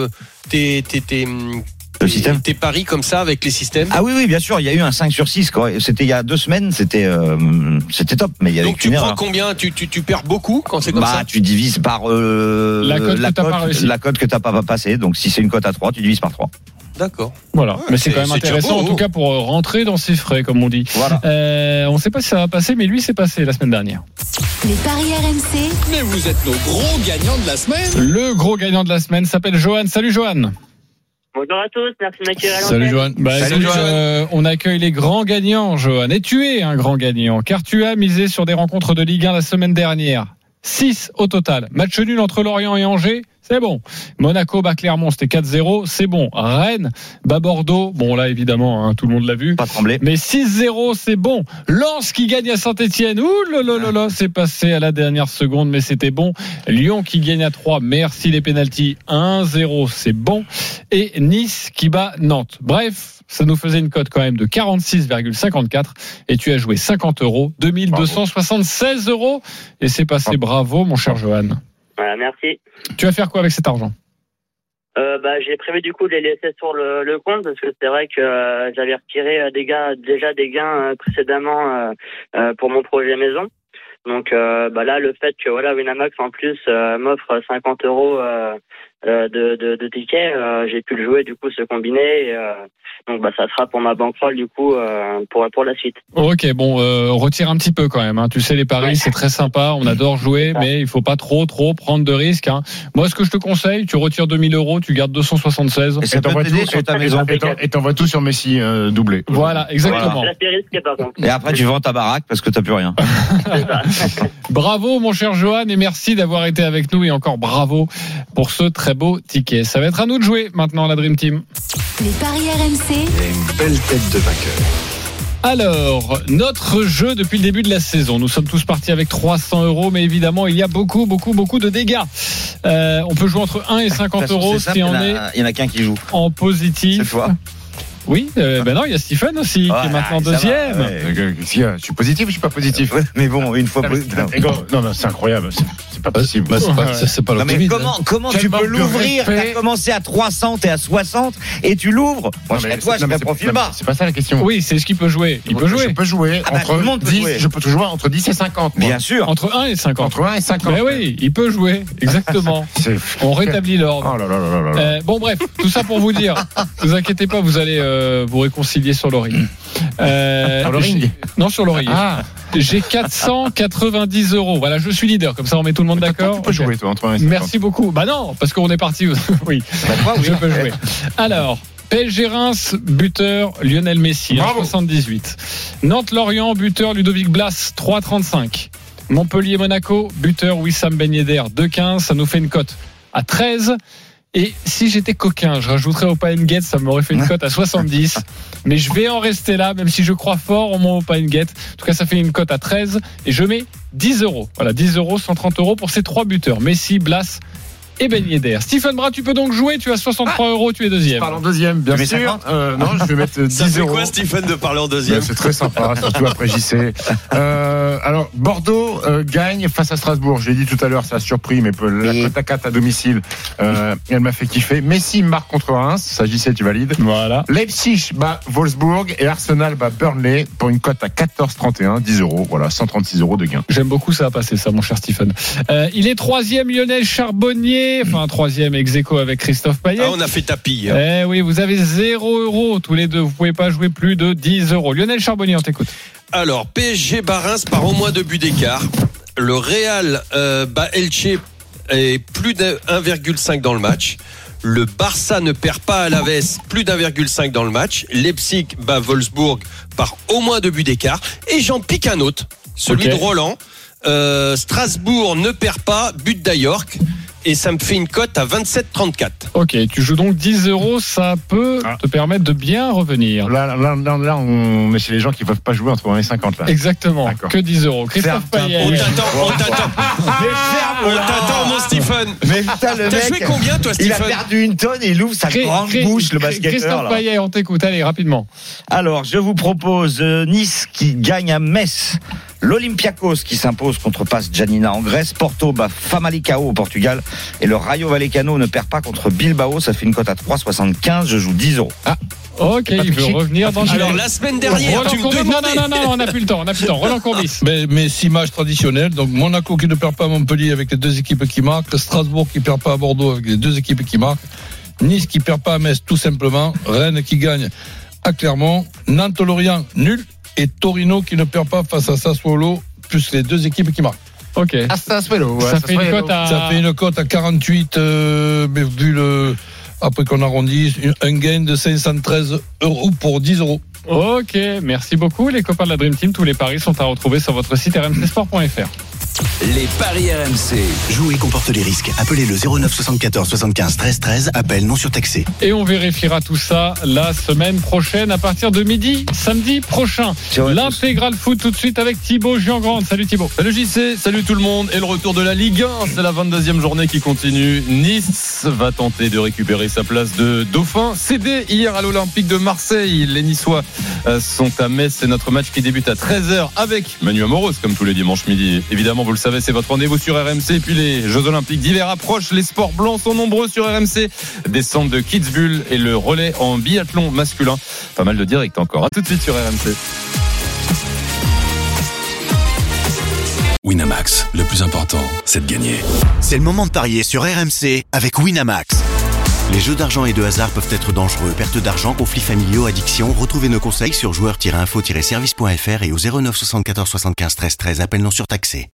le système, tes paris comme ça avec les systèmes? Ah oui, bien sûr, il y a eu un 5 sur 6. C'était il y a 2 semaines, c'était top. Mais il y avait donc tu prends combien? Tu perds beaucoup quand c'est comme ça? Tu divises par la cote que tu n'as pas passée. Donc si c'est une cote à 3, tu divises par 3. D'accord. Voilà, mais c'est quand même intéressant, en tout cas pour rentrer dans ses frais, comme on dit. Voilà. On ne sait pas si ça va passer, mais lui, c'est passé la semaine dernière. Les paris RMC. Mais vous êtes nos gros gagnants de la semaine. Le gros gagnant de la semaine s'appelle Johan. Salut Johan. Bonjour à tous, merci de m'accueillir à l'antenne. Salut Johan. Salut Johan. On accueille les grands gagnants, Johan. Et tu es un grand gagnant, car tu as misé sur des rencontres de Ligue 1 la semaine dernière. 6 au total. Match nul entre Lorient et Angers, c'est bon. Monaco bat Clermont, c'était 4-0, c'est bon. Rennes bat Bordeaux, bon là évidemment, tout le monde l'a vu. Pas tremblé. Mais 6-0, c'est bon. Lens qui gagne à Saint-Etienne, c'est passé à la dernière seconde, mais c'était bon. Lyon qui gagne à 3, merci les pénaltys, 1-0, c'est bon. Et Nice qui bat Nantes. Bref, ça nous faisait une cote quand même de 46,54 et tu as joué 50 €, 2276 €, et c'est passé. Bravo mon cher Johan. Voilà, merci. Tu vas faire quoi avec cet argent? J'ai prévu du coup de les laisser sur le compte parce que c'est vrai que j'avais retiré des gains précédemment pour mon projet maison. Donc là, le fait que Winamax en plus m'offre 50 € de tickets, j'ai pu le jouer du coup ce combiné. Donc ça sera pour ma bankroll du coup pour la suite. Ok, bon, retire un petit peu quand même. Hein. Tu sais, les paris c'est très sympa, on adore jouer, mais il faut pas trop prendre de risques. Hein. Moi, ce que je te conseille, tu retires 2 000 €, tu gardes 276. Et ça peut t'aider sur ta maison. Et t'envoies tout sur Messi doublé. Voilà, exactement. Voilà. Et après tu vends ta baraque parce que t'as plus rien. Bravo mon cher Johan et merci d'avoir été avec nous et encore bravo pour ce très beau ticket. Ça va être à nous de jouer maintenant la Dream Team. Les paris RMC. Il y a une belle tête de vainqueur. Alors, notre jeu depuis le début de la saison. Nous sommes tous partis avec 300 €, mais évidemment, il y a beaucoup de dégâts. On peut jouer entre 1 et 50 € si on est. Il y en a qu'un qui joue. En positif. C'est toi. Oui, non, il y a Stephen aussi qui est maintenant deuxième. Je suis positif ou je suis pas positif? Mais bon, une fois. Non, c'est incroyable. C'est pas possible. C'est pas le non, mais Covid. comment tu peux l'ouvrir? T'as commencé à 300, t'es à 60 et tu l'ouvres. Moi, je serais toi, je fais profil bas. C'est pas ça la question. Oui, c'est ce qu'il peut jouer. Il peut jouer. Je peux jouer entre 10. Je peux jouer entre 10 et 50. Bien sûr. Entre 1 et 50. Entre 1 et 50. Mais oui, il peut jouer. Exactement. On rétablit l'ordre. Oh là là. Bon, bref, tout ça pour vous dire. Ne vous inquiétez pas, vous allez vous réconcilier sur l'oreille. Sur le ring? Non, sur l'oreiller. J'ai 490 €. Voilà, je suis leader. Comme ça, on met tout le monde d'accord. Tu peux jouer, toi, entre 1 et 50. Merci beaucoup. Bah non, parce qu'on est parti. Oui, je peux jouer. Alors, PSG Reims, buteur Lionel Messi, 78. Nantes-Lorient, buteur Ludovic Blas, 3,35. Montpellier-Monaco, buteur Wissam Ben Yedder, 2,15. Ça nous fait une cote à 13. Et si j'étais coquin, je rajouterais Opa Get, ça m'aurait fait une cote à 70. Mais je vais en rester là, même si je crois fort en mon Opa Get. En tout cas, ça fait une cote à 13. Et je mets 10 €. Voilà, 10 €, 130 € pour ces 3 buteurs. Messi, Blas et Ben Yedder. Stephen Brun, tu peux donc jouer. Tu as 63 €, tu es deuxième. Je parle en deuxième, bien sûr. Non, je vais mettre 10 €. Ça fait quoi, Stephen, de parler en deuxième? C'est très sympa, surtout après JC. Alors, Bordeaux gagne face à Strasbourg. Je l'ai dit tout à l'heure, ça a surpris, mais la cote à 4 à domicile, elle m'a fait kiffer. Messi marque contre Reims. Ça, JC, tu valides. Voilà. Leipzig bat Wolfsburg et Arsenal bat Burnley pour une cote à 14,31, 10 €. Voilà, 136 € de gain. J'aime beaucoup ça, passer ça, mon cher Stephen. Il est troisième, Lionel Charbonnier. Enfin, troisième ex-aequo avec Christophe Payet. On a fait tapis. Oui, vous avez 0 € tous les deux. Vous pouvez pas jouer plus de 10 €. Lionel Charbonnier, on t'écoute. Alors, PSG Reims par au moins 2 buts d'écart. Le Real bat Elche et plus de 1,5 dans le match. Le Barça ne perd pas à Alaves, plus d'1,5 dans le match. Leipzig bat Wolfsburg par au moins 2 buts d'écart. Et j'en pique un autre, celui de Roland. Strasbourg ne perd pas, but d'Ayork. Et ça me fait une cote à 27,34. Ok, tu joues donc 10 €, ça peut te permettre de bien revenir. Là, on est chez les gens qui ne peuvent pas jouer entre 1 et 50. Là. Exactement, que 10 €. Christophe Payet. On t'attend, mon Stephen. Mais putain, le mec, t'as joué combien, toi, Stephen? Il a perdu une tonne et il ouvre sa grande bouche, le basketteur. Christophe Payet, on t'écoute, allez, rapidement. Alors, je vous propose Nice qui gagne à Metz. L'Olympiakos qui s'impose contre Pass Giannina en Grèce. Porto bat Famalicão au Portugal. Et le Rayo Vallecano ne perd pas contre Bilbao. Ça fait une cote à 3,75. Je joue 10 €. Ok, il veut revenir dans le. Alors, la semaine dernière, tu me demandais. Non, on n'a plus le temps. Roland Courbis. Mais 6 matchs traditionnels. Donc, Monaco qui ne perd pas à Montpellier avec les 2 équipes qui marquent. Strasbourg qui ne perd pas à Bordeaux avec les 2 équipes qui marquent. Nice qui ne perd pas à Metz, tout simplement. Rennes qui gagne à Clermont. Nantes-Lorient, nul. Et Torino qui ne perd pas face à Sassuolo, plus les 2 équipes qui marquent. Ok. Ça fait une cote à 48, mais vu après qu'on arrondisse, un gain de 513 € pour 10 €. Ok, merci beaucoup les copains de la Dream Team. Tous les paris sont à retrouver sur votre site rmcsport.fr. Les paris RMC. Jouer comporte les risques. Appelez le 09 74 75 13 13. Appel non surtaxé. Et on vérifiera tout ça la semaine prochaine à partir de midi, samedi prochain. L'intégral foot tout de suite avec Thibaut Giangrande. Salut Thibaut. Salut JC, salut tout le monde. Et le retour de la Ligue 1, c'est la 22e journée qui continue. Nice va tenter de récupérer sa place de dauphin. Cédé hier à l'Olympique de Marseille. Les Niçois sont à Metz. C'est notre match qui débute à 13h avec Manu Amoros, comme tous les dimanches midi. Évidemment, vous le savez, c'est votre rendez-vous sur RMC. Et puis les Jeux Olympiques d'hiver approchent. Les sports blancs sont nombreux sur RMC. Descente de Kitzbühel et le relais en biathlon masculin. Pas mal de directs encore. À tout de suite sur RMC. Winamax, le plus important, c'est de gagner. C'est le moment de parier sur RMC avec Winamax. Les jeux d'argent et de hasard peuvent être dangereux. Perte d'argent, conflits familiaux, addiction. Retrouvez nos conseils sur joueurs-info-service.fr et au 09 74 75 13 13. Appel non surtaxé.